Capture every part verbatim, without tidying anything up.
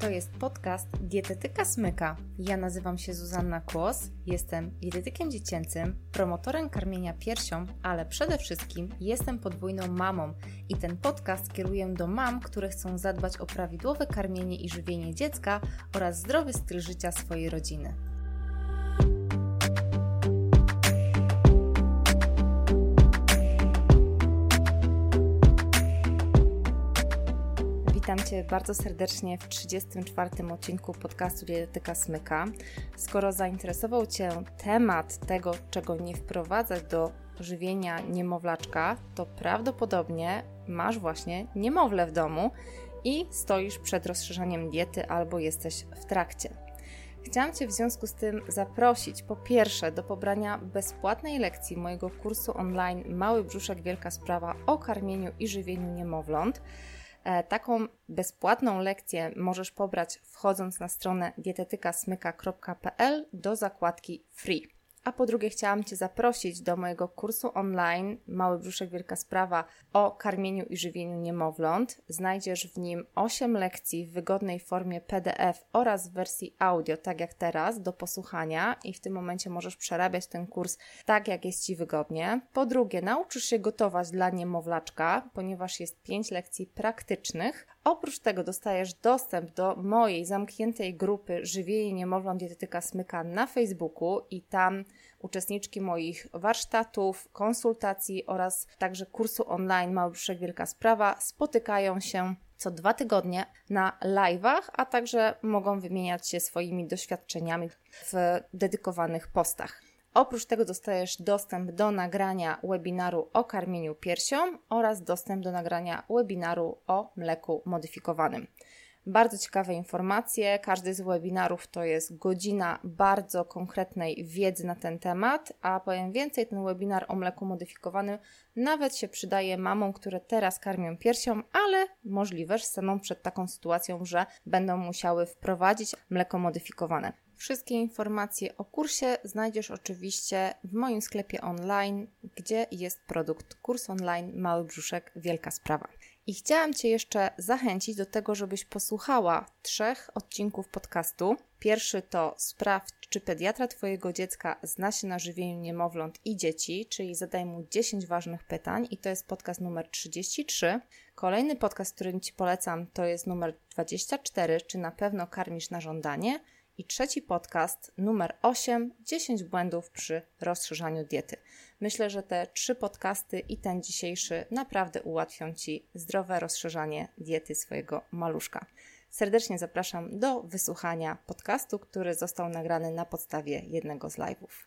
To jest podcast Dietetyka Smyka. Ja nazywam się Zuzanna Kłos, jestem dietetykiem dziecięcym, promotorem karmienia piersią, ale przede wszystkim jestem podwójną mamą i ten podcast kieruję do mam, które chcą zadbać o prawidłowe karmienie i żywienie dziecka oraz zdrowy styl życia swojej rodziny. Witam Cię bardzo serdecznie w trzydziestym czwartym odcinku podcastu Dietetyka Smyka. Skoro zainteresował Cię temat tego, czego nie wprowadzać do żywienia niemowlaczka, to prawdopodobnie masz właśnie niemowlę w domu i stoisz przed rozszerzaniem diety albo jesteś w trakcie. Chciałam Cię w związku z tym zaprosić po pierwsze do pobrania bezpłatnej lekcji mojego kursu online Mały brzuszek, wielka sprawa o karmieniu i żywieniu niemowląt. Taką bezpłatną lekcję możesz pobrać wchodząc na stronę dietetyka smyka kropka p l do zakładki free. A po drugie chciałam Cię zaprosić do mojego kursu online Mały brzuszek, wielka sprawa o karmieniu i żywieniu niemowląt. Znajdziesz w nim osiem lekcji w wygodnej formie P D F oraz w wersji audio, tak jak teraz, do posłuchania i w tym momencie możesz przerabiać ten kurs tak, jak jest Ci wygodnie. Po drugie, nauczysz się gotować dla niemowlaczka, ponieważ jest pięć lekcji praktycznych. Oprócz tego dostajesz dostęp do mojej zamkniętej grupy Żywienie niemowląt Dietetyka Smyka na Facebooku i tam uczestniczki moich warsztatów, konsultacji oraz także kursu online Mały brzuszek, wielka sprawa spotykają się co dwa tygodnie na live'ach, a także mogą wymieniać się swoimi doświadczeniami w dedykowanych postach. Oprócz tego dostajesz dostęp do nagrania webinaru o karmieniu piersią oraz dostęp do nagrania webinaru o mleku modyfikowanym. Bardzo ciekawe informacje. Każdy z webinarów to jest godzina bardzo konkretnej wiedzy na ten temat, a powiem więcej, ten webinar o mleku modyfikowanym nawet się przydaje mamom, które teraz karmią piersią, ale możliwe, że staną przed taką sytuacją, że będą musiały wprowadzić mleko modyfikowane. Wszystkie informacje o kursie znajdziesz oczywiście w moim sklepie online, gdzie jest produkt kurs online Mały brzuszek, wielka sprawa. I chciałam Cię jeszcze zachęcić do tego, żebyś posłuchała trzech odcinków podcastu. Pierwszy to sprawdź, czy pediatra Twojego dziecka zna się na żywieniu niemowląt i dzieci, czyli zadaj mu dziesięć ważnych pytań i to jest podcast numer trzydzieści trzy. Kolejny podcast, który Ci polecam, to jest numer dwadzieścia cztery, czy na pewno karmisz na żądanie. I trzeci podcast, numer osiem, dziesięć błędów przy rozszerzaniu diety. Myślę, że te trzy podcasty i ten dzisiejszy naprawdę ułatwią Ci zdrowe rozszerzanie diety swojego maluszka. Serdecznie zapraszam do wysłuchania podcastu, który został nagrany na podstawie jednego z live'ów.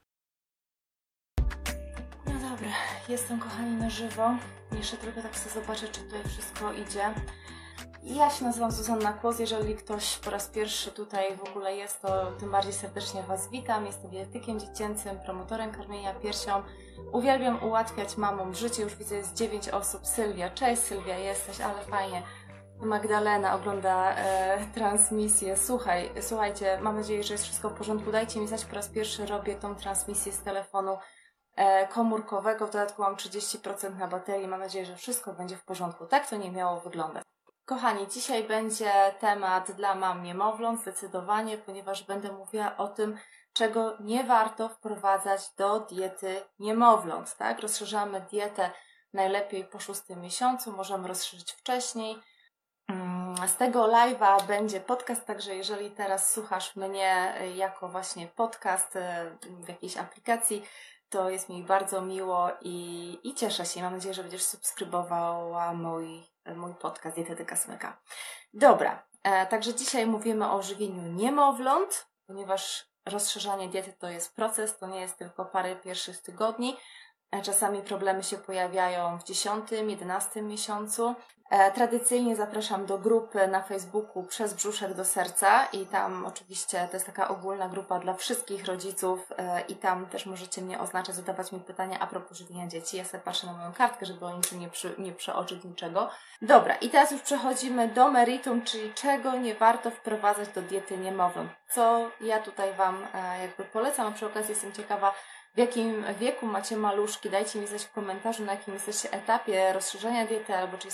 No dobra, jestem kochani na żywo. Jeszcze trochę tak sobie zobaczę, czy tutaj wszystko idzie. Ja się nazywam Zuzanna Kłos. Jeżeli ktoś po raz pierwszy tutaj w ogóle jest, to tym bardziej serdecznie Was witam. Jestem dietetykiem dziecięcym, promotorem karmienia piersią. Uwielbiam ułatwiać mamom życie. Już widzę, jest dziewięć osób. Sylwia, cześć Sylwia, jesteś, ale fajnie. Magdalena ogląda e, transmisję. Słuchaj, słuchajcie, mam nadzieję, że jest wszystko w porządku. Dajcie mi znać, po raz pierwszy robię tą transmisję z telefonu e, komórkowego. W dodatku mam trzydzieści procent na baterii. Mam nadzieję, że wszystko będzie w porządku. Tak to nie miało wyglądać. Kochani, dzisiaj będzie temat dla mam niemowląt zdecydowanie, ponieważ będę mówiła o tym, czego nie warto wprowadzać do diety niemowląt, tak? Rozszerzamy dietę najlepiej po szóstym miesiącu, możemy rozszerzyć wcześniej. Z tego live'a będzie podcast, także jeżeli teraz słuchasz mnie jako właśnie podcast w jakiejś aplikacji, to jest mi bardzo miło i, i cieszę się. Mam nadzieję, że będziesz subskrybowała mój, mój podcast Dietetyka Smyka. Dobra, e, także dzisiaj mówimy o żywieniu niemowląt, ponieważ rozszerzanie diety to jest proces, to nie jest tylko parę pierwszych tygodni. E, czasami problemy się pojawiają w dziesiątym, jedenastym miesiącu. E, tradycyjnie zapraszam do grupy na Facebooku Przez brzuszek do serca i tam oczywiście to jest taka ogólna grupa dla wszystkich rodziców e, i tam też możecie mnie oznaczać, zadawać mi pytania a propos żywienia dzieci. Ja sobie patrzę na moją kartkę, żeby o niczym nie, przy, nie przeoczyć niczego. Dobra, i teraz już przechodzimy do meritum, czyli czego nie warto wprowadzać do diety niemowląt. Co ja tutaj Wam e, jakby polecam, a przy okazji jestem ciekawa, w jakim wieku macie maluszki. Dajcie mi znać w komentarzu, na jakim jesteście etapie rozszerzenia diety, albo czy jesteście właśnie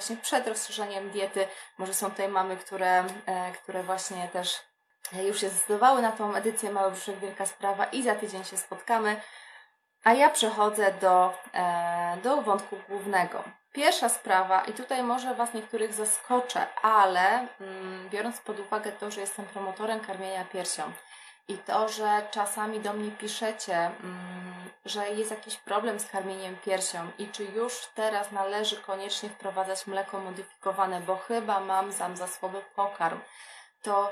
właśnie przed rozszerzeniem diety. Może są tutaj mamy, które, które właśnie też już się zdecydowały na tą edycję Mały Brzuszek Wielka Sprawa i za tydzień się spotkamy. A ja przechodzę do, do wątku głównego. Pierwsza sprawa, i tutaj może Was niektórych zaskoczę, ale mm, biorąc pod uwagę to, że jestem promotorem karmienia piersią i to, że czasami do mnie piszecie, mm, że jest jakiś problem z karmieniem piersią i czy już teraz należy koniecznie wprowadzać mleko modyfikowane, bo chyba mam sam za słaby pokarm, to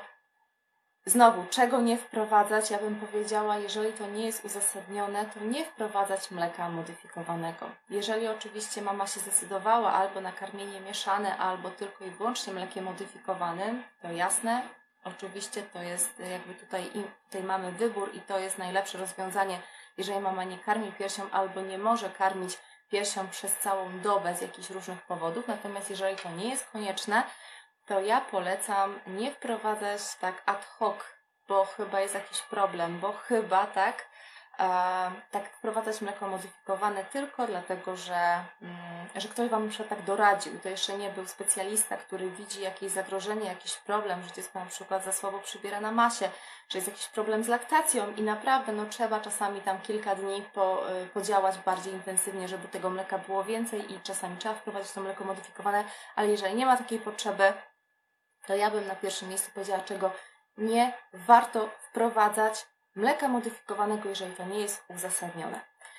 znowu, czego nie wprowadzać? Ja bym powiedziała, jeżeli to nie jest uzasadnione, to nie wprowadzać mleka modyfikowanego. Jeżeli oczywiście mama się zdecydowała albo na karmienie mieszane, albo tylko i wyłącznie mlekiem modyfikowanym, to jasne, oczywiście to jest jakby tutaj, tutaj mamy wybór i to jest najlepsze rozwiązanie, jeżeli mama nie karmi piersią albo nie może karmić piersią przez całą dobę z jakichś różnych powodów. Natomiast jeżeli to nie jest konieczne, to ja polecam nie wprowadzać tak ad hoc, bo chyba jest jakiś problem, bo chyba tak, e, tak wprowadzać mleko modyfikowane tylko dlatego, że, mm, że ktoś Wam na przykład tak doradził. To jeszcze nie był specjalista, który widzi jakieś zagrożenie, jakiś problem, że dziecko na przykład za słabo przybiera na masie, że jest jakiś problem z laktacją i naprawdę no, trzeba czasami tam kilka dni po, y, podziałać bardziej intensywnie, żeby tego mleka było więcej i czasami trzeba wprowadzić to mleko modyfikowane, ale jeżeli nie ma takiej potrzeby, to ja bym na pierwszym miejscu powiedziała, czego nie warto wprowadzać mleka modyfikowanego, jeżeli to nie jest uzasadnione.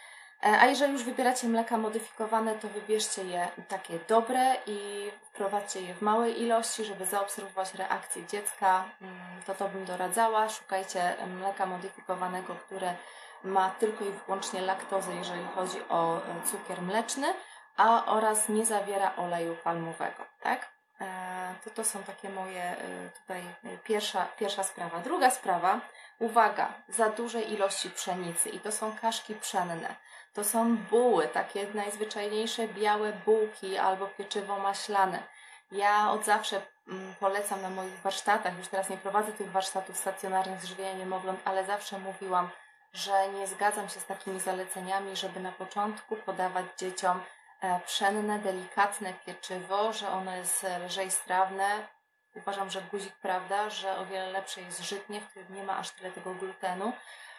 A jeżeli już wybieracie mleka modyfikowane, to wybierzcie je takie dobre i wprowadźcie je w małej ilości, żeby zaobserwować reakcję dziecka. To to bym doradzała. Szukajcie mleka modyfikowanego, które ma tylko i wyłącznie laktozę, jeżeli chodzi o cukier mleczny, a oraz nie zawiera oleju palmowego, tak? To to są takie moje tutaj pierwsza, pierwsza sprawa. Druga sprawa, uwaga, za duże ilości pszenicy i to są kaszki pszenne, to są buły, takie najzwyczajniejsze białe bułki albo pieczywo maślane. Ja od zawsze polecam na moich warsztatach, już teraz nie prowadzę tych warsztatów stacjonarnych z żywienia niemowląt, ale zawsze mówiłam, że nie zgadzam się z takimi zaleceniami, żeby na początku podawać dzieciom pszenne, delikatne pieczywo, że ono jest lżej strawne. Uważam, że guzik, prawda, że o wiele lepsze jest żytnie, w którym nie ma aż tyle tego glutenu.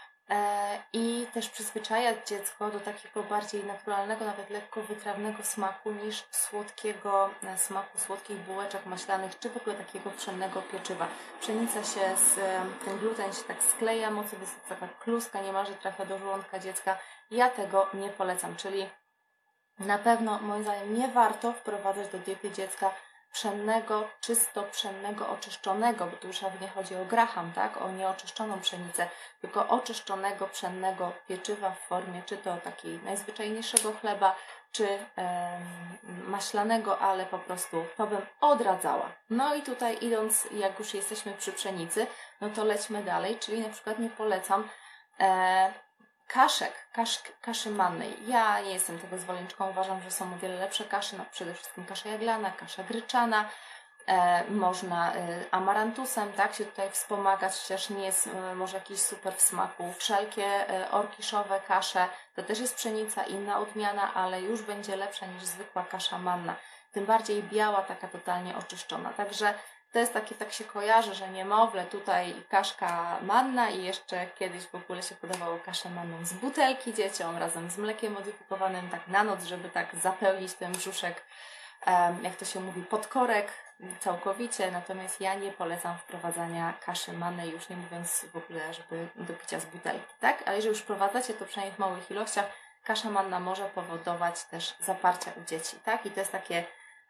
I też przyzwyczajać dziecko do takiego bardziej naturalnego, nawet lekko wytrawnego smaku niż słodkiego smaku, słodkich bułeczek maślanych, czy w ogóle takiego pszennego pieczywa. Pszenica się, z, ten gluten się tak skleja, mocno jest taka kluska, niemalże trafia do żołądka dziecka. Ja tego nie polecam, czyli na pewno moim zdaniem nie warto wprowadzać do diety dziecka pszennego, czysto pszennego, oczyszczonego, bo tu już nie chodzi o graham, tak, o nieoczyszczoną pszenicę, tylko oczyszczonego, pszennego pieczywa w formie czy to takiej najzwyczajniejszego chleba, czy e, maślanego, ale po prostu to bym odradzała. No i tutaj idąc, jak już jesteśmy przy pszenicy, no to lećmy dalej, czyli na przykład nie polecam e, kaszek, kasz, kaszy mannej. Ja nie jestem tego zwolenniczką, uważam, że są o wiele lepsze kasze, no przede wszystkim kasza jaglana, kasza gryczana, e, można e, amarantusem, tak, się tutaj wspomagać, chociaż nie jest e, może jakiś super w smaku. Wszelkie e, orkiszowe kasze, to też jest pszenica, inna odmiana, ale już będzie lepsza niż zwykła kasza manna. Tym bardziej biała, taka totalnie oczyszczona. Także to jest takie, tak się kojarzy, że niemowlę tutaj kaszka manna i jeszcze kiedyś w ogóle się podawało kaszę manną z butelki dzieciom razem z mlekiem modyfikowanym tak na noc, żeby tak zapełnić ten brzuszek, jak to się mówi, podkorek całkowicie. Natomiast ja nie polecam wprowadzania kaszy mannej, już nie mówiąc w ogóle, żeby do picia z butelki, tak? Ale jeżeli już wprowadzacie, to przynajmniej w małych ilościach. Kasza manna może powodować też zaparcia u dzieci, tak? I to jest takie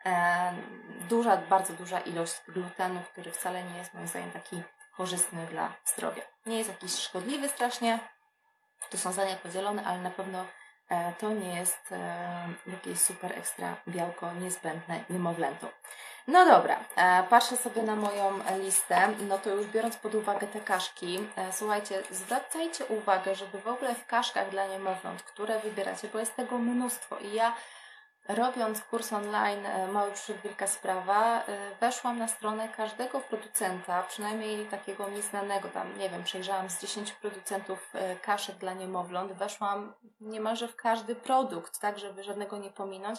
duża, bardzo duża ilość glutenu, który wcale nie jest moim zdaniem taki korzystny dla zdrowia. Nie jest jakiś szkodliwy strasznie, tu są zdania podzielone, ale na pewno to nie jest jakieś super ekstra białko niezbędne niemowlętom. No dobra, patrzę sobie na moją listę, no to już biorąc pod uwagę te kaszki, słuchajcie, zwracajcie uwagę, żeby w ogóle w kaszkach dla niemowląt, które wybieracie, bo jest tego mnóstwo i ja robiąc kurs online Mały Brzuszek Wielka Sprawa, weszłam na stronę każdego producenta, przynajmniej takiego nieznanego, tam nie wiem, przejrzałam z dziesięciu producentów kaszek dla niemowląt, weszłam niemalże w każdy produkt, tak żeby żadnego nie pominąć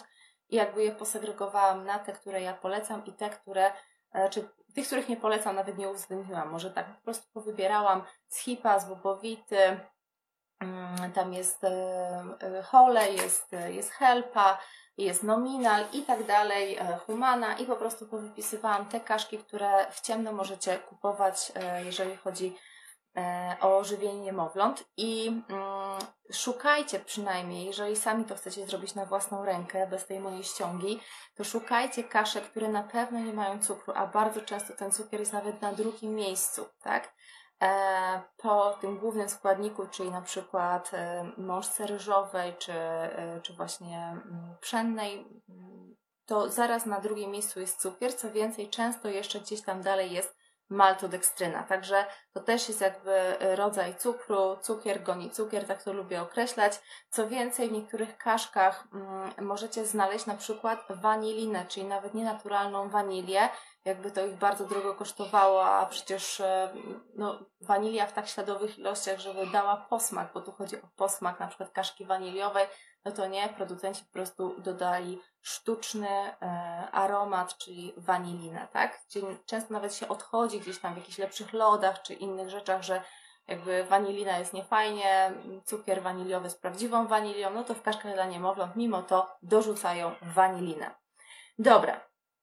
i jakby je posegregowałam na te, które ja polecam i te, które, czy tych, których nie polecam, nawet nie uwzględniłam. Może tak po prostu powybierałam z Hipa, z Bobowity, tam jest Hole, jest, jest Helpa, jest Nominal i tak dalej, Humana i po prostu powypisywałam te kaszki, które w ciemno możecie kupować, jeżeli chodzi o żywienie niemowląt i mm, szukajcie przynajmniej, jeżeli sami to chcecie zrobić na własną rękę, bez tej mojej ściągi, to szukajcie kaszek, które na pewno nie mają cukru, a bardzo często ten cukier jest nawet na drugim miejscu, tak? E, po tym głównym składniku, czyli na przykład e, mączce ryżowej, czy, e, czy właśnie m, pszennej, to zaraz na drugim miejscu jest cukier, co więcej, często jeszcze gdzieś tam dalej jest maltodekstryna, także to też jest jakby rodzaj cukru, cukier goni cukier, tak to lubię określać. Co więcej, w niektórych kaszkach mm, możecie znaleźć na przykład wanilinę, czyli nawet nienaturalną wanilię, jakby to ich bardzo drogo kosztowało, a przecież no, wanilia w tak śladowych ilościach, żeby dała posmak, bo tu chodzi o posmak na przykład kaszki waniliowej, no to nie, producenci po prostu dodali sztuczny e, aromat, czyli wanilinę, tak? Gdzie często nawet się odchodzi gdzieś tam w jakichś lepszych lodach czy innych rzeczach, że jakby wanilina jest niefajnie, cukier waniliowy z prawdziwą wanilią, no to w kaszkach dla niemowląt mimo to dorzucają wanilinę. Dobra.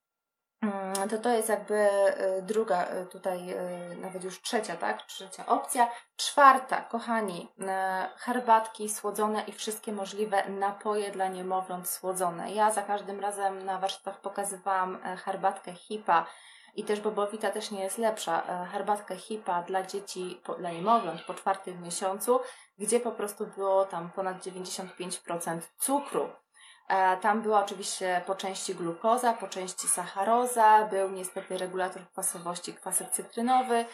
To to jest jakby druga, tutaj nawet już trzecia, tak? Trzecia opcja. Czwarta, kochani, herbatki słodzone i wszystkie możliwe napoje dla niemowląt słodzone. Ja za każdym razem na warsztatach pokazywałam herbatkę Hipa i też Bobowita też nie jest lepsza. Herbatkę Hipa dla dzieci, dla niemowląt po czwartym miesiącu, gdzie po prostu było tam ponad dziewięćdziesiąt pięć procent cukru. Tam była oczywiście po części glukoza, po części sacharoza, był niestety regulator kwasowości, kwasek cytrynowy,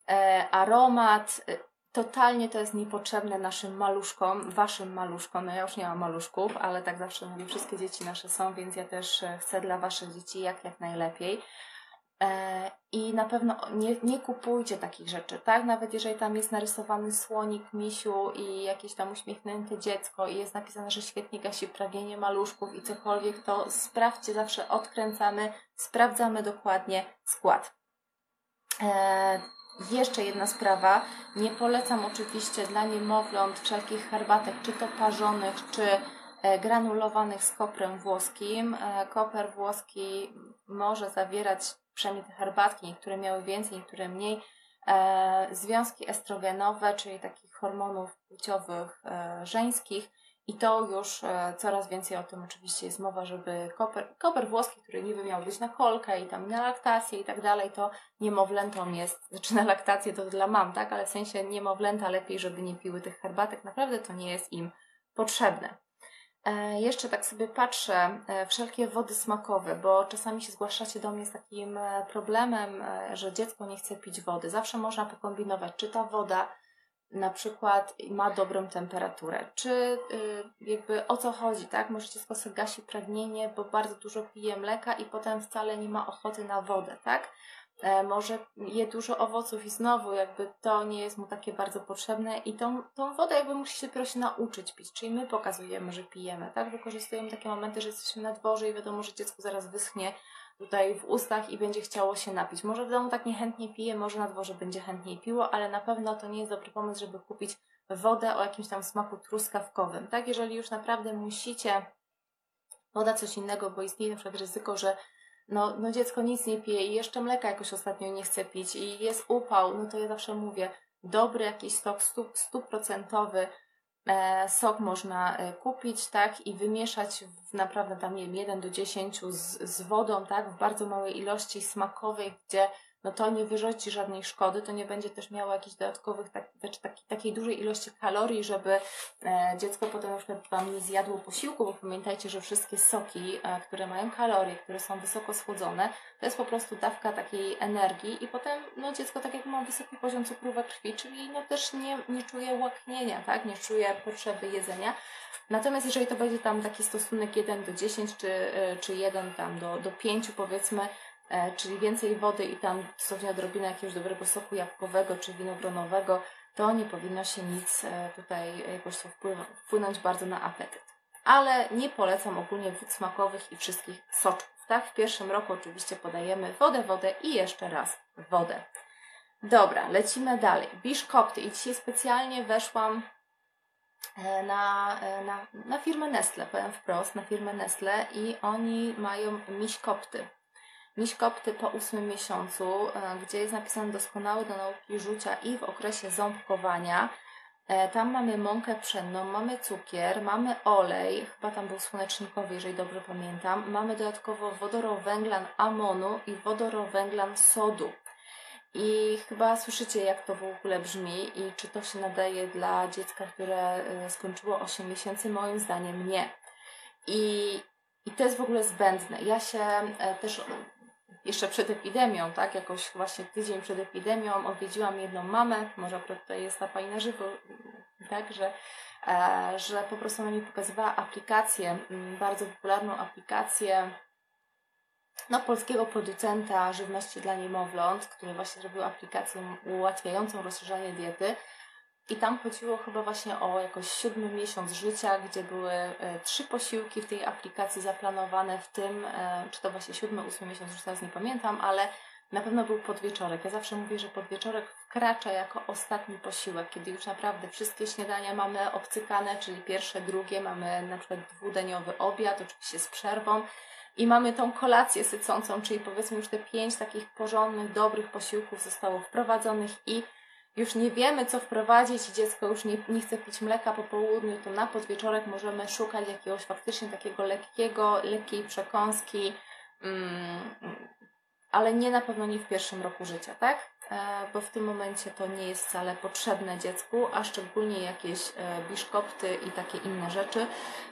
aromat. Totalnie to jest niepotrzebne naszym maluszkom, waszym maluszkom. No ja już nie mam maluszków, ale tak zawsze mówię, wszystkie dzieci nasze są, więc ja też chcę dla waszych dzieci jak, jak najlepiej. I na pewno nie, nie kupujcie takich rzeczy, tak? Nawet jeżeli tam jest narysowany słonik, misiu i jakieś tam uśmiechnięte dziecko i jest napisane, że świetnie gasi pragnienie maluszków i cokolwiek, to sprawdźcie, zawsze odkręcamy, sprawdzamy dokładnie skład. Eee, jeszcze jedna sprawa, nie polecam oczywiście dla niemowląt wszelkich herbatek, czy to parzonych, czy granulowanych z koprem włoskim. Koper włoski może zawierać, przynajmniej te herbatki, niektóre miały więcej, niektóre mniej, e, związki estrogenowe, czyli takich hormonów płciowych e, żeńskich i to już e, coraz więcej o tym oczywiście jest mowa, żeby koper, koper włoski, który niby miał być na kolkę i tam na laktację i tak dalej, to niemowlętom jest, znaczy na laktację to dla mam, tak, ale w sensie niemowlęta lepiej, żeby nie piły tych herbatek, naprawdę to nie jest im potrzebne. E, jeszcze tak sobie patrzę, e, wszelkie wody smakowe, bo czasami się zgłaszacie do mnie z takim e, problemem, e, że dziecko nie chce pić wody. Zawsze można pokombinować, czy ta woda na przykład ma dobrą temperaturę, czy y, jakby o co chodzi, tak? Może dziecko sobie gasi pragnienie, bo bardzo dużo pije mleka i potem wcale nie ma ochoty na wodę, tak? E, może je dużo owoców i znowu jakby to nie jest mu takie bardzo potrzebne i tą, tą wodę jakby musi się dopiero się nauczyć pić, czyli my pokazujemy, że pijemy, tak? Wykorzystujemy takie momenty, że jesteśmy na dworze i wiadomo, że dziecko zaraz wyschnie tutaj w ustach i będzie chciało się napić. Może w domu tak niechętnie pije, może na dworze będzie chętniej piło, ale na pewno to nie jest dobry pomysł, żeby kupić wodę o jakimś tam smaku truskawkowym, tak? Jeżeli już naprawdę musicie, woda coś innego, bo istnieje na przykład ryzyko, że no, no dziecko nic nie pije i jeszcze mleka jakoś ostatnio nie chce pić i jest upał, no to ja zawsze mówię, dobry jakiś sok stuprocentowy e, sok można e, kupić, tak, i wymieszać w naprawdę tam, nie wiem, jeden do dziesięciu z, z wodą, tak, w bardzo małej ilości smakowej, gdzie no to nie wyrzuci żadnej szkody, to nie będzie też miało jakichś dodatkowych, tak, znaczy taki, takiej dużej ilości kalorii, żeby e, dziecko potem na przykład Wam nie zjadło posiłku, bo pamiętajcie, że wszystkie soki, e, które mają kalorie, które są wysoko schłodzone, to jest po prostu dawka takiej energii i potem no dziecko tak jak ma wysoki poziom cukru we krwi, czyli no też nie, nie czuje łaknienia, tak, nie czuje potrzeby jedzenia. Natomiast jeżeli to będzie tam taki stosunek jeden do dziesięciu czy, czy jeden tam do, do pięciu powiedzmy, czyli więcej wody i tam stosownie odrobinę jakiegoś dobrego soku jabłkowego czy winogronowego, to nie powinno się nic tutaj jakoś wpłynąć bardzo na apetyt. ale nie polecam ogólnie wód smakowych i wszystkich soczków, tak? W pierwszym roku oczywiście podajemy wodę, wodę i jeszcze raz wodę. Dobra, lecimy dalej. Biszkopty. I dzisiaj specjalnie weszłam na, na, na firmę Nestle, powiem wprost, na firmę Nestle i oni mają miśkopty. Miśkopty po ósmym miesiącu, gdzie jest napisane doskonały do nauki rzucia i w okresie ząbkowania. Tam mamy mąkę pszenną, mamy cukier, mamy olej, chyba tam był słonecznikowy, jeżeli dobrze pamiętam. Mamy dodatkowo wodorowęglan amonu i wodorowęglan sodu. I chyba słyszycie, jak to w ogóle brzmi i czy to się nadaje dla dziecka, które skończyło osiem miesięcy? Moim zdaniem nie. I, i to jest w ogóle zbędne. Ja się też jeszcze przed epidemią, tak, jakoś właśnie tydzień przed epidemią odwiedziłam jedną mamę, może akurat tutaj jest ta pani na żywo, tak, że, e, że po prostu ona mi pokazywała aplikację, bardzo popularną aplikację no, polskiego producenta żywności dla niemowląt, który właśnie zrobił aplikację ułatwiającą rozszerzanie diety. I tam chodziło chyba właśnie o jakoś siódmy miesiąc życia, gdzie były e, trzy posiłki w tej aplikacji zaplanowane, w tym, e, czy to właśnie siódmy, ósmy miesiąc, już teraz nie pamiętam, ale na pewno był podwieczorek. Ja zawsze mówię, że podwieczorek wkracza jako ostatni posiłek, kiedy już naprawdę wszystkie śniadania mamy obcykane, czyli pierwsze, drugie, mamy na przykład dwudaniowy obiad, oczywiście z przerwą, i mamy tą kolację sycącą, czyli powiedzmy już te pięć takich porządnych, dobrych posiłków zostało wprowadzonych i już nie wiemy, co wprowadzić i dziecko już nie, nie chce pić mleka po południu, to na podwieczorek możemy szukać jakiegoś faktycznie takiego lekkiego, lekkiej przekąski, mm, ale nie na pewno nie w pierwszym roku życia, tak? E, bo w tym momencie to nie jest wcale potrzebne dziecku, a szczególnie jakieś e, biszkopty i takie inne rzeczy.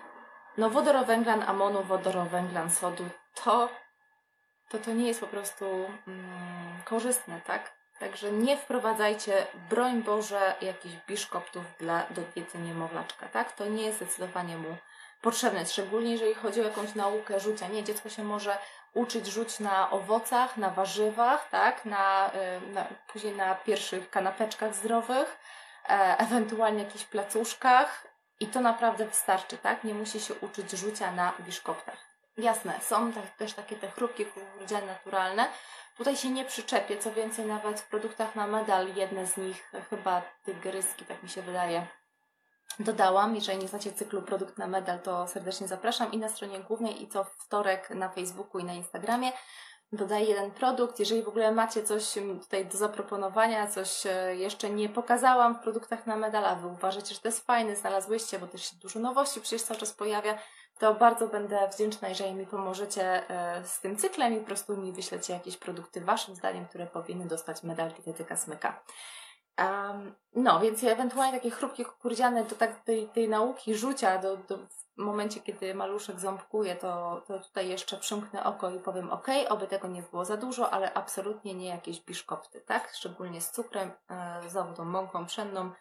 No wodorowęglan amonu, wodorowęglan sodu, to to, to nie jest po prostu mm, korzystne, tak? Także nie wprowadzajcie, broń Boże, jakichś biszkoptów dla, do diety niemowlaczka, tak? To nie jest zdecydowanie mu potrzebne, szczególnie jeżeli chodzi o jakąś naukę rzucia. Nie, dziecko się może uczyć rzuć na owocach, na warzywach, tak? Na, na, później na pierwszych kanapeczkach zdrowych, e, ewentualnie jakichś placuszkach i to naprawdę wystarczy, tak? Nie musi się uczyć rzucia na biszkoptach. Jasne, są tak, też takie te chrupki kukurydziane naturalne. Tutaj się nie przyczepię, co więcej nawet w produktach na medal, jedne z nich, chyba tygryski, tak mi się wydaje, dodałam. Jeżeli nie znacie cyklu Produkt na medal, to serdecznie zapraszam i na stronie głównej i co wtorek na Facebooku i na Instagramie dodaję jeden produkt. Jeżeli w ogóle macie coś tutaj do zaproponowania, coś jeszcze nie pokazałam w produktach na medal, a Wy uważacie, że to jest fajne, znalazłyście, bo też się dużo nowości przecież cały czas pojawia, to bardzo będę wdzięczna, jeżeli mi pomożecie z tym cyklem i po prostu mi wyślecie jakieś produkty Waszym zdaniem, które powinny dostać medal Dietetyka Smyka. Um, no, więc ewentualnie takie chrupki kukurydziane do tak, tej, tej nauki rzucia do, do, w momencie, kiedy maluszek ząbkuje, to, to tutaj jeszcze przymknę oko i powiem ok, oby tego nie było za dużo, ale absolutnie nie jakieś biszkopty, tak? Szczególnie z cukrem, e, znowu tą mąką pszenną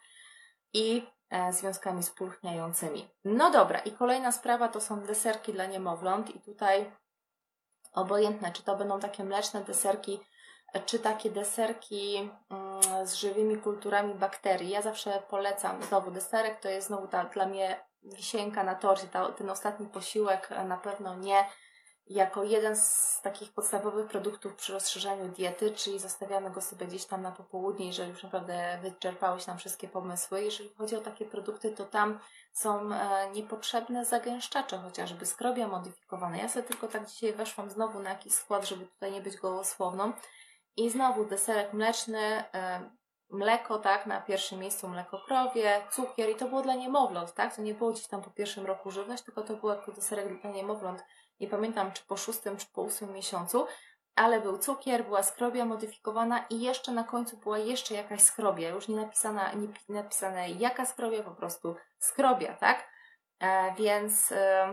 i e, związkami spulchniającymi. No dobra, i kolejna sprawa to są deserki dla niemowląt i tutaj obojętne, czy to będą takie mleczne deserki, czy takie deserki mm, z żywymi kulturami bakterii. Ja zawsze polecam znowu deserek, to jest znowu ta, dla mnie wisienka na torcie, ta, ten ostatni posiłek na pewno nie jako jeden z takich podstawowych produktów przy rozszerzaniu diety, czyli zostawiamy go sobie gdzieś tam na popołudnie, jeżeli już naprawdę wyczerpałeś nam wszystkie pomysły. Jeżeli chodzi o takie produkty, to tam są e, niepotrzebne zagęszczacze, chociażby skrobia modyfikowane. Ja sobie tylko tak dzisiaj weszłam znowu na jakiś skład, żeby tutaj nie być gołosłowną. I znowu deserek mleczny, e, mleko, tak, na pierwszym miejscu mleko krowie, cukier i to było dla niemowląt, tak, to nie było gdzieś tam po pierwszym roku żywność, tylko to był jako deserek dla niemowląt, nie pamiętam czy po szóstym, czy po ósmym miesiącu, ale był cukier, była skrobia modyfikowana i jeszcze na końcu była jeszcze jakaś skrobia, już nie napisana, nie napisane jaka skrobia, po prostu skrobia, tak, e, więc... E,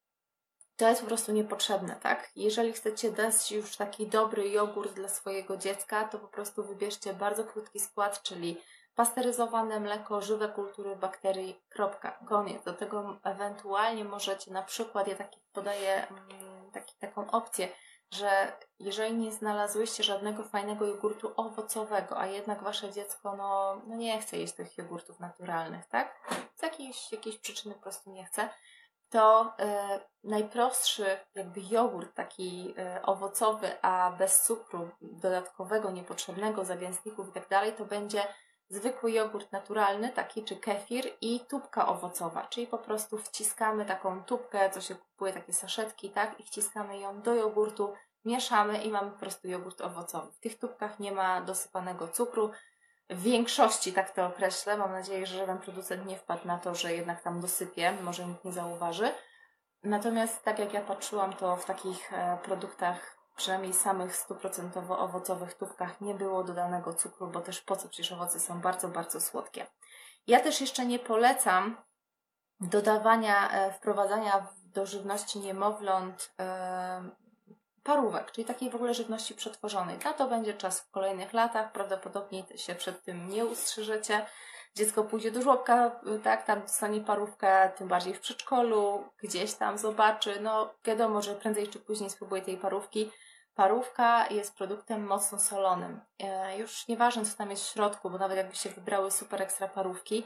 To jest po prostu niepotrzebne, tak? Jeżeli chcecie dać już taki dobry jogurt dla swojego dziecka, to po prostu wybierzcie bardzo krótki skład, czyli pasteryzowane mleko, żywe kultury bakterii, kropka, koniec. Do tego ewentualnie możecie na przykład, ja taki podaję taki, taką opcję, że jeżeli nie znalazłyście żadnego fajnego jogurtu owocowego, a jednak Wasze dziecko no, no nie chce jeść tych jogurtów naturalnych, tak? Z jakiejś, jakiejś przyczyny po prostu nie chce, to e, najprostszy jakby jogurt taki e, owocowy, a bez cukru dodatkowego, niepotrzebnego, zagęstników i tak dalej, to będzie zwykły jogurt naturalny, taki czy kefir i tubka owocowa, czyli po prostu wciskamy taką tubkę, co się kupuje, takie saszetki, tak, i wciskamy ją do jogurtu, mieszamy i mamy po prostu jogurt owocowy. W tych tubkach nie ma dosypanego cukru, w większości, tak to określę. Mam nadzieję, że żaden producent nie wpadł na to, że jednak tam dosypie, może nikt nie zauważy. Natomiast tak jak ja patrzyłam, to w takich e, produktach, przynajmniej samych stu procent owocowych tubkach, nie było dodanego cukru, bo też po co, przecież owoce są bardzo, bardzo słodkie. Ja też jeszcze nie polecam dodawania, e, wprowadzania do żywności niemowląt e, parówek, czyli takiej w ogóle żywności przetworzonej. Na to będzie czas w kolejnych latach, prawdopodobnie się przed tym nie ustrzyżecie. Dziecko pójdzie do żłobka, tak, tam dostanie parówkę, tym bardziej w przedszkolu, gdzieś tam zobaczy, no wiadomo, że prędzej czy później spróbuje tej parówki. Parówka jest produktem mocno solonym. E, już nieważne, co tam jest w środku, bo nawet jakbyście wybrały super ekstra parówki,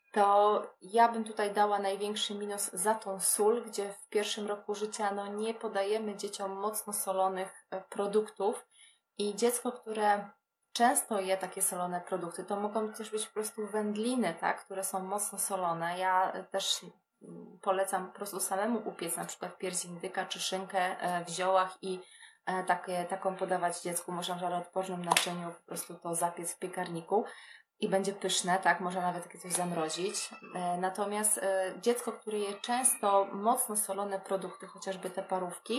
to ja bym tutaj dała największy minus za tą sól, gdzie w pierwszym roku życia no, nie podajemy dzieciom mocno solonych produktów i dziecko, które często je takie solone produkty, to mogą też być po prostu wędliny, tak, które są mocno solone. Ja też polecam po prostu samemu upiec na przykład pierś indyka czy szynkę w ziołach i takie, taką podawać dziecku. Można w żaroodpornym naczyniu po prostu to zapiec w piekarniku. I będzie pyszne, tak, można nawet takie coś zamrozić. E, natomiast e, dziecko, które je często mocno solone produkty, chociażby te parówki,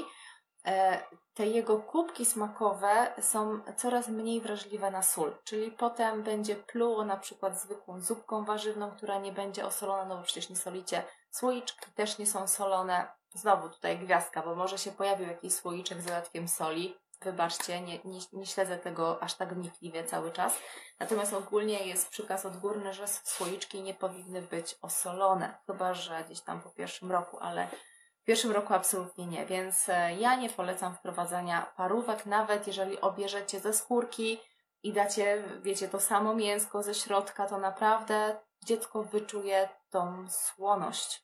e, te jego kubki smakowe są coraz mniej wrażliwe na sól. Czyli potem będzie pluło na przykład zwykłą zupką warzywną, która nie będzie osolona, no bo przecież nie solicie. Słoiczki też nie są solone. Znowu tutaj gwiazdka, bo może się pojawił jakiś słoiczek z dodatkiem soli. Wybaczcie, nie, nie, nie śledzę tego aż tak wnikliwie cały czas. Natomiast ogólnie jest przykaz odgórny, że słoiczki nie powinny być osolone. Chyba że gdzieś tam po pierwszym roku, ale w pierwszym roku absolutnie nie. Więc ja nie polecam wprowadzania parówek, nawet jeżeli obierzecie ze skórki i dacie, wiecie, to samo mięsko ze środka, to naprawdę dziecko wyczuje tą słoność.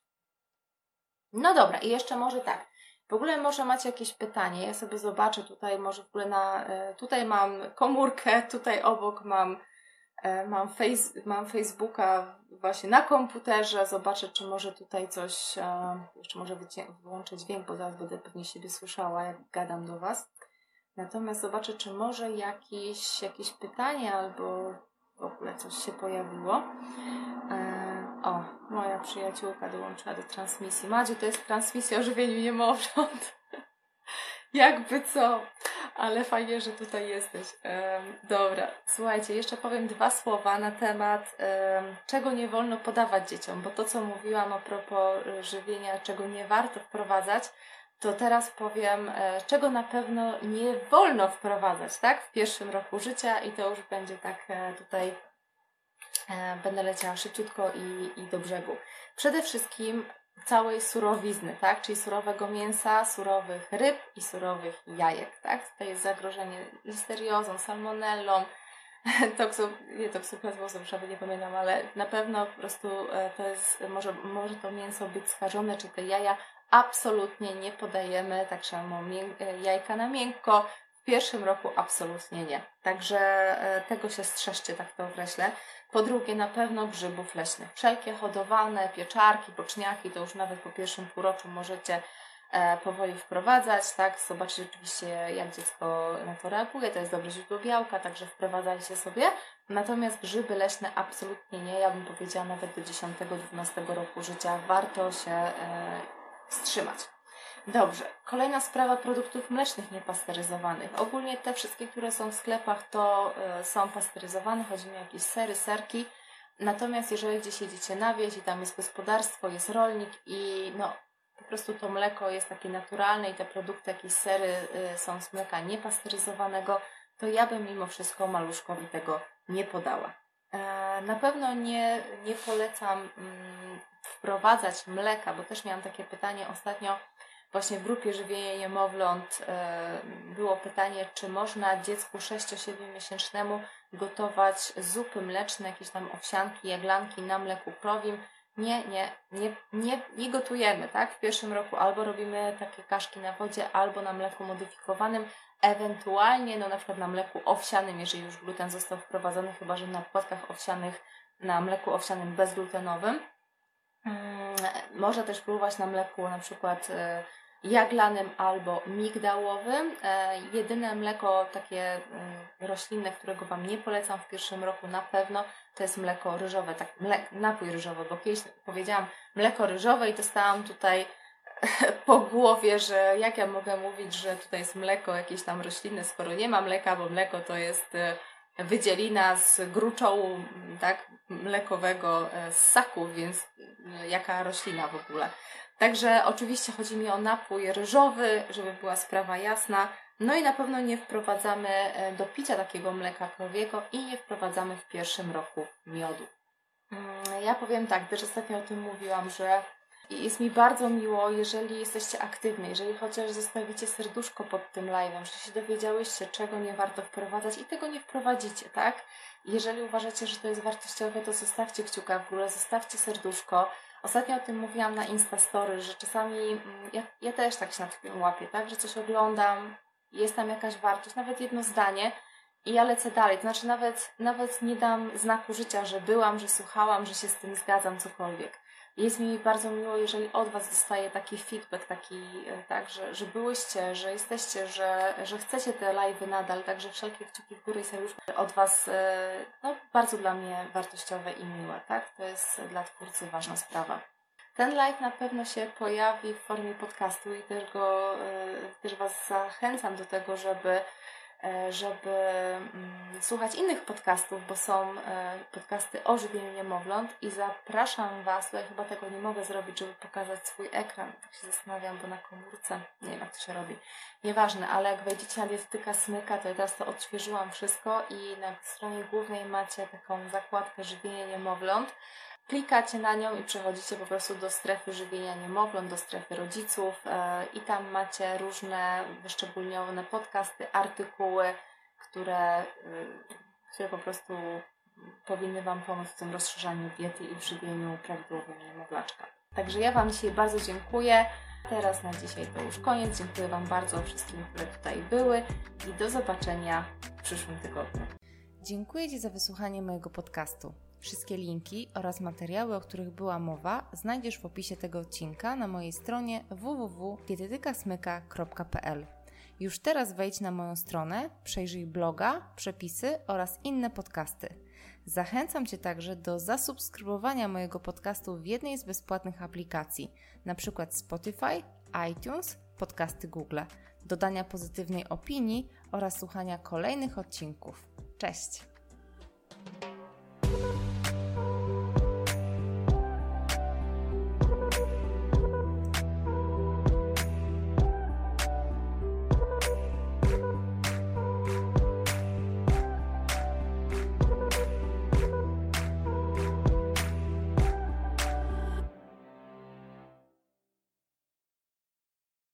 No dobra, i jeszcze może tak. W ogóle może macie jakieś pytanie, ja sobie zobaczę tutaj, może w ogóle na, tutaj mam komórkę, tutaj obok mam, mam, face, mam Facebooka właśnie na komputerze, zobaczę, czy może tutaj coś, jeszcze może wyłączę dźwięk, bo zaraz będę pewnie siebie słyszała, jak gadam do Was. Natomiast zobaczę, czy może jakieś, jakieś pytanie albo w ogóle coś się pojawiło. O, moja przyjaciółka dołączyła do transmisji. Madziu, to jest transmisja o żywieniu niemowląt. Jakby co, ale fajnie, że tutaj jesteś. Um, dobra, słuchajcie, jeszcze powiem dwa słowa na temat um, czego nie wolno podawać dzieciom, bo to, co mówiłam a propos żywienia, czego nie warto wprowadzać, to teraz powiem, e, czego na pewno nie wolno wprowadzać, tak? W pierwszym roku życia i to już będzie tak e, tutaj e, będę leciała szybciutko i, i do brzegu. Przede wszystkim całej surowizny, tak? Czyli surowego mięsa, surowych ryb i surowych jajek, tak? Tutaj jest zagrożenie listeriozą, salmonellą, toksu, nie toksoplazmozą, żeby nie pamiętam, ale na pewno po prostu e, to jest, może, może to mięso być skażone, czy te jaja absolutnie nie podajemy, tak samo mię- jajka na miękko, w pierwszym roku absolutnie nie. Także e, tego się strzeżcie, tak to określę. Po drugie, na pewno grzybów leśnych. Wszelkie hodowane, pieczarki, boczniaki, to już nawet po pierwszym półroczu możecie e, powoli wprowadzać, tak? Zobaczyć oczywiście, jak dziecko na to reaguje. To jest dobre źródło białka, także wprowadzajcie sobie. Natomiast grzyby leśne absolutnie nie. Ja bym powiedziała, nawet do dziesiątego dwunastego roku życia warto się e, wstrzymać. Dobrze. Kolejna sprawa produktów mlecznych niepasteryzowanych. Ogólnie te wszystkie, które są w sklepach, to y, są pasteryzowane. Chodzi mi o jakieś sery, serki. Natomiast jeżeli gdzieś jedziecie na wieś i tam jest gospodarstwo, jest rolnik i no po prostu to mleko jest takie naturalne i te produkty, jakieś sery y, są z mleka niepasteryzowanego, to ja bym mimo wszystko maluszkowi tego nie podała. E, na pewno nie, nie polecam mm, wprowadzać mleka, bo też miałam takie pytanie ostatnio. Właśnie w grupie Żywienie Niemowląt e, było pytanie, czy można dziecku sześcio-siedmiomiesięcznemu gotować zupy mleczne, jakieś tam owsianki, jaglanki na mleku krowim. nie, nie, nie, nie, nie gotujemy, tak? W pierwszym roku albo robimy takie kaszki na wodzie, albo na mleku modyfikowanym, ewentualnie no na przykład na mleku owsianym, jeżeli już gluten został wprowadzony, chyba że na płatkach owsianych, na mleku owsianym bezglutenowym. Hmm, można też próbować na mleku na przykład e, jaglanym albo migdałowym. E, jedyne mleko takie e, roślinne, którego Wam nie polecam w pierwszym roku na pewno, to jest mleko ryżowe, tak, mlek, napój ryżowy, bo kiedyś powiedziałam mleko ryżowe i dostałam tutaj po głowie, że jak ja mogę mówić, że tutaj jest mleko jakieś tam roślinne, skoro nie ma mleka, bo mleko to jest wydzielina z gruczołu, tak, mlekowego z ssaków, więc jaka roślina w ogóle. Także oczywiście chodzi mi o napój ryżowy, żeby była sprawa jasna. No i na pewno nie wprowadzamy do picia takiego mleka krowiego i nie wprowadzamy w pierwszym roku miodu. Ja powiem tak, też ostatnio o tym mówiłam, że jest mi bardzo miło, jeżeli jesteście aktywni, jeżeli chociaż zostawicie serduszko pod tym live'em, że się dowiedziałyście, czego nie warto wprowadzać i tego nie wprowadzicie, tak? Jeżeli uważacie, że to jest wartościowe, to zostawcie kciuka w górę, zostawcie serduszko. Ostatnio o tym mówiłam na Instastory, że czasami ja, ja też tak się na tym łapię, tak? Że coś oglądam, jest tam jakaś wartość, nawet jedno zdanie i ja lecę dalej. To znaczy nawet, nawet nie dam znaku życia, że byłam, że słuchałam, że się z tym zgadzam, cokolwiek. Jest mi bardzo miło, jeżeli od Was dostaję taki feedback, taki, tak, że, że byłyście, że jesteście, że, że chcecie te live'y nadal, także wszelkie kciuki w górę i serduszko od Was, no, bardzo dla mnie wartościowe i miłe, tak? To jest dla twórcy ważna sprawa. Ten live na pewno się pojawi w formie podcastu i też, go, też Was zachęcam do tego, żeby żeby słuchać innych podcastów, bo są podcasty o żywieniu niemowląt i zapraszam Was, tutaj chyba tego nie mogę zrobić, żeby pokazać swój ekran, tak się zastanawiam, bo na komórce, nie wiem jak to się robi, nieważne, ale jak wejdziecie na Dietetyka Smyka, to ja teraz to odświeżyłam wszystko i na stronie głównej macie taką zakładkę żywienie niemowląt. Klikacie na nią i przechodzicie po prostu do strefy żywienia niemowląt, do strefy rodziców yy, i tam macie różne wyszczególnione podcasty, artykuły, które, yy, które po prostu powinny Wam pomóc w tym rozszerzaniu diety i w żywieniu prawidłowym niemowlaczka. Także ja Wam dzisiaj bardzo dziękuję. Teraz na dzisiaj to już koniec. Dziękuję Wam bardzo wszystkim, które tutaj były i do zobaczenia w przyszłym tygodniu. Dziękuję Ci za wysłuchanie mojego podcastu. Wszystkie linki oraz materiały, o których była mowa, znajdziesz w opisie tego odcinka na mojej stronie w w w kropka dietetykasmyka kropka p l. Już teraz wejdź na moją stronę, przejrzyj bloga, przepisy oraz inne podcasty. Zachęcam Cię także do zasubskrybowania mojego podcastu w jednej z bezpłatnych aplikacji, np. Spotify, iTunes, podcasty Google, dodania pozytywnej opinii oraz słuchania kolejnych odcinków. Cześć!